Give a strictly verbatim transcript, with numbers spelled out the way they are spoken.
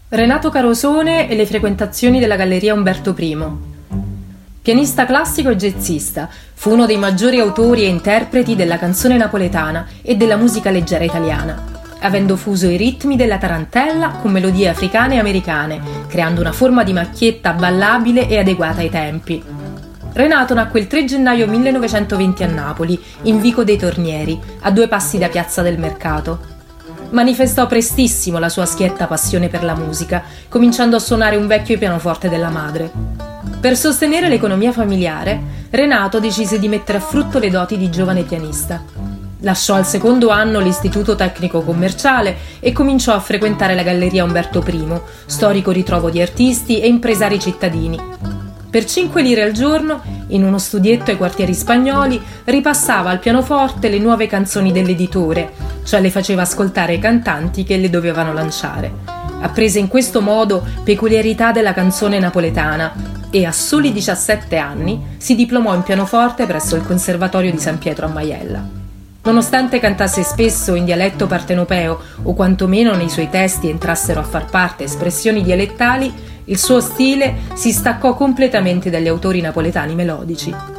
Renato Carosone e le frequentazioni della Galleria Umberto I. Pianista classico e jazzista, fu uno dei maggiori autori e interpreti della canzone napoletana e della musica leggera italiana, avendo fuso i ritmi della tarantella con melodie africane e americane, creando una forma di macchietta ballabile e adeguata ai tempi. Renato nacque il tre gennaio millenovecentoventi a Napoli, in Vico dei Tornieri, a due passi da Piazza del Mercato. Manifestò prestissimo la sua schietta passione per la musica, cominciando a suonare un vecchio pianoforte della madre. Per sostenere l'economia familiare, Renato decise di mettere a frutto le doti di giovane pianista. Lasciò al secondo anno l'istituto tecnico commerciale e cominciò a frequentare la Galleria Umberto I, storico ritrovo di artisti e impresari cittadini. Per cinque lire al giorno, in uno studietto ai quartieri spagnoli, ripassava al pianoforte le nuove canzoni dell'editore, cioè le faceva ascoltare ai cantanti che le dovevano lanciare. Apprese in questo modo peculiarità della canzone napoletana e a soli diciassette anni si diplomò in pianoforte presso il Conservatorio di San Pietro a Majella. Nonostante cantasse spesso in dialetto partenopeo o quantomeno nei suoi testi entrassero a far parte espressioni dialettali, il suo stile si staccò completamente dagli autori napoletani melodici.